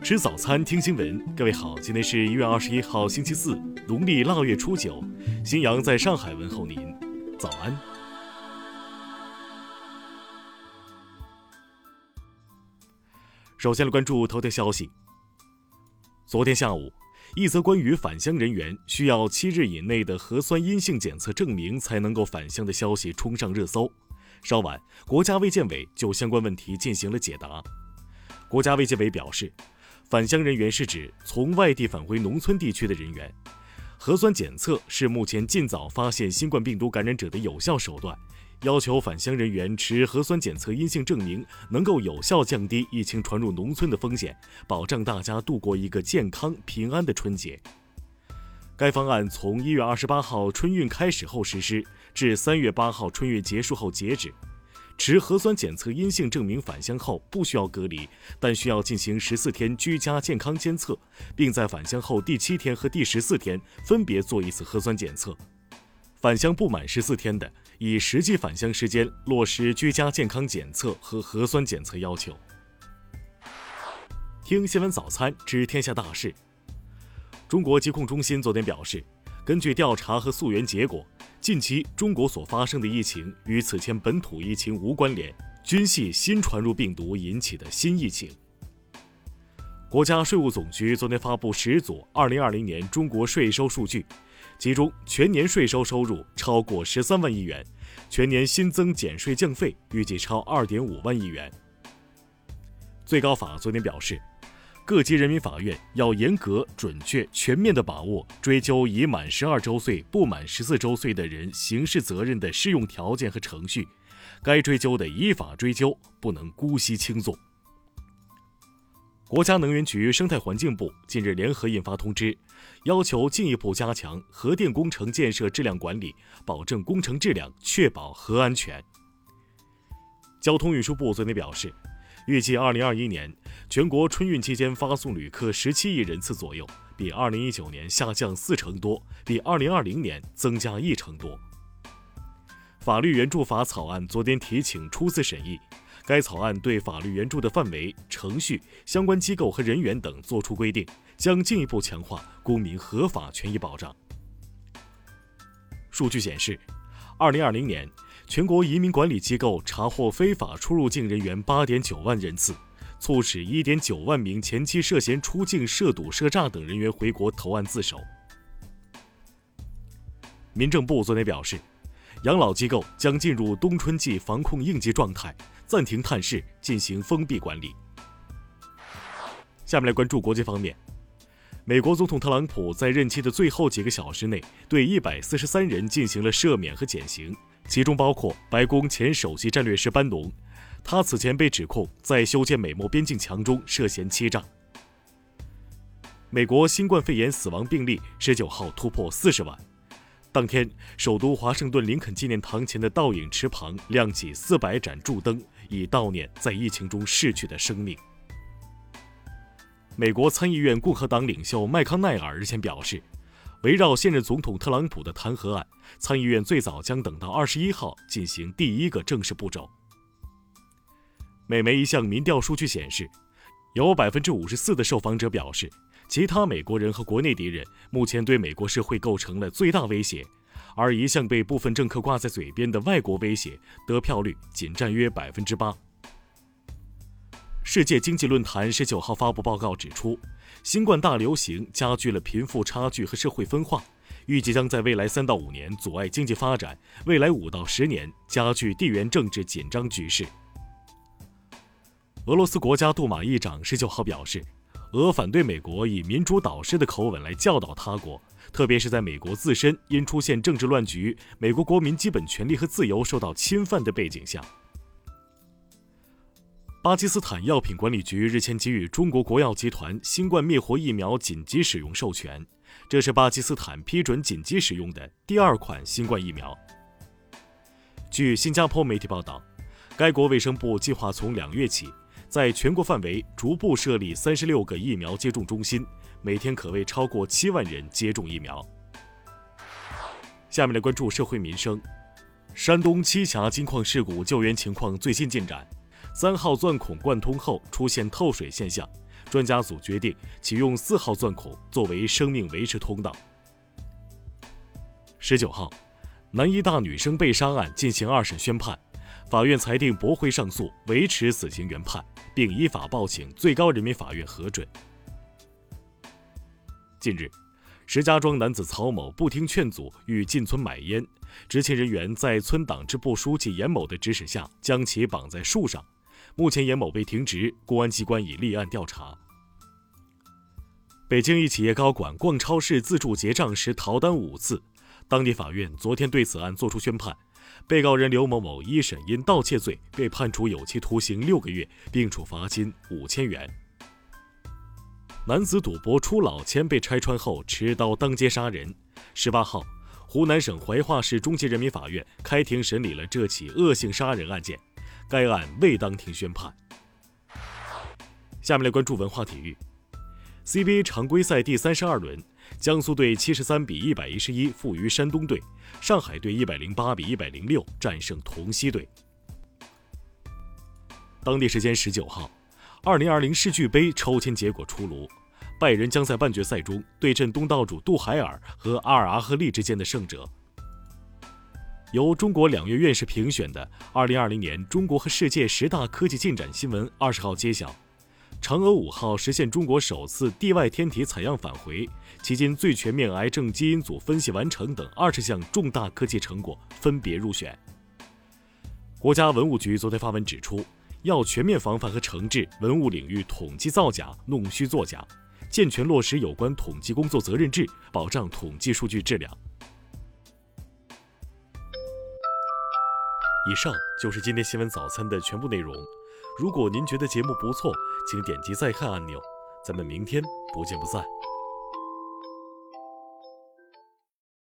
吃早餐，听新闻。各位好，今天是1月21号，星期四，农历腊月初9，新阳在上海问候您，早安。首先来关注头条消息。昨天下午，一则关于返乡人员需要7日以内的核酸阴性检测证明才能够返乡的消息冲上热搜。稍晚，国家卫健委就相关问题进行了解答。国家卫健委表示，返乡人员是指从外地返回农村地区的人员。核酸检测是目前尽早发现新冠病毒感染者的有效手段，要求返乡人员持核酸检测阴性证明，能够有效降低疫情传入农村的风险，保障大家度过一个健康平安的春节。该方案从1月28号春运开始后实施，至3月8号春运结束后截止。持核酸检测阴性证明返乡后不需要隔离，但需要进行14天居家健康监测，并在返乡后第7天和第14天分别做一次核酸检测。返乡不满14天的，以实际返乡时间落实居家健康检测和核酸检测要求。听新闻早餐知天下大事。中国疾控中心昨天表示，根据调查和溯源结果，近期中国所发生的疫情与此前本土疫情无关联，均系新传入病毒引起的新疫情。国家税务总局昨天发布10组2020年中国税收数据，其中全年税收收入超过13万亿元，全年新增减税降费预计超2.5万亿元。最高法昨天表示，各级人民法院要严格、准确、全面地把握追究已满12周岁不满14周岁的人刑事责任的适用条件和程序，该追究的依法追究，不能姑息轻纵。国家能源局、生态环境部近日联合印发通知，要求进一步加强核电工程建设质量管理，保证工程质量，确保核安全。交通运输部昨天表示，预计2021年全国春运期间发送旅客17亿人次左右，比2019年下降4成多，比2020年增加1成多。法律援助法草案昨天提请初次审议，该草案对法律援助的范围、程序、相关机构和人员等作出规定，将进一步强化公民合法权益保障。数据显示，2020年全国移民管理机构查获非法出入境人员8.9万人次，促使1.9万名前期涉嫌出境涉赌涉诈等人员回国投案自首。民政部昨天表示，养老机构将进入冬春季防控应急状态，暂停探视，进行封闭管理。下面来关注国际方面。美国总统特朗普在任期的最后几个小时内，对143人进行了赦免和减刑，其中包括白宫前首席战略师班农，他此前被指控在修建美墨边境墙中涉嫌欺诈。美国新冠肺炎死亡病例19号突破40万。当天，首都华盛顿林肯纪念堂前的倒影池旁亮起400盏柱灯，以悼念在疫情中逝去的生命。美国参议院共和党领袖麦康奈尔日前表示，围绕现任总统特朗普的弹劾案，参议院最早将等到21号进行第一个正式步骤。美媒一项民调数据显示，有 54% 的受访者表示，其他美国人和国内敌人目前对美国社会构成了最大威胁，而一向被部分政客挂在嘴边的外国威胁得票率仅占约 8%。世界经济论坛19号发布报告指出，新冠大流行加剧了贫富差距和社会分化，预计将在未来3到5年阻碍经济发展，未来5到10年加剧地缘政治紧张局势。俄罗斯国家杜马议长19号表示，俄反对美国以民主导师的口吻来教导他国，特别是在美国自身因出现政治乱局，美国国民基本权利和自由受到侵犯的背景下。巴基斯坦药品管理局日前给予中国国药集团新冠灭活疫苗紧急使用授权，这是巴基斯坦批准紧急使用的第2款新冠疫苗。据新加坡媒体报道，该国卫生部计划从2月起，在全国范围逐步设立36个疫苗接种中心，每天可为超过7万人接种疫苗。下面来关注社会民生。山东栖霞金矿事故救援情况最新进展。3号钻孔贯通后出现透水现象， 专家组决定启用4号钻孔作为生命维持通道。19号，南医大女生被杀案进行2审宣判，法院裁定驳回上诉，维持死刑原判，并依法报请最高人民法院核准。近日，石家庄男子曹某不听劝阻，欲进村买烟，执勤人员在村党支部书记严某的指使下，将其绑在树上。目前严某被停职，公安机关已立案调查。北京一企业高管逛超市自助结账时逃单5次，当地法院昨天对此案作出宣判，被告人刘某某一审因盗窃罪被判处有期徒刑6个月，并处罚金5000元。男子赌博出老千被拆穿后持刀当街杀人。18号，湖南省怀化市中级人民法院开庭审理了这起恶性杀人案件，该案未当庭宣判。下面来关注文化体育。CBA 常规赛第32轮，江苏队73比111负于山东队，上海队108比106战胜同曦队。当地时间19号，2020世俱杯抽签结果出炉，拜仁将在半决赛中对阵东道主杜海尔和阿尔阿赫利之间的胜者。由中国2月院士评选的2020年中国和世界10大科技进展新闻20号揭晓，嫦娥5号实现中国首次地外天体采样返回，迄今最全面癌症基因组分析完成等20项重大科技成果分别入选。国家文物局昨天发文指出，要全面防范和惩治文物领域统计造假、弄虚作假，健全落实有关统计工作责任制，保障统计数据质量。以上就是今天新闻早餐的全部内容。如果您觉得节目不错，请点击再看按钮。咱们明天不见不散。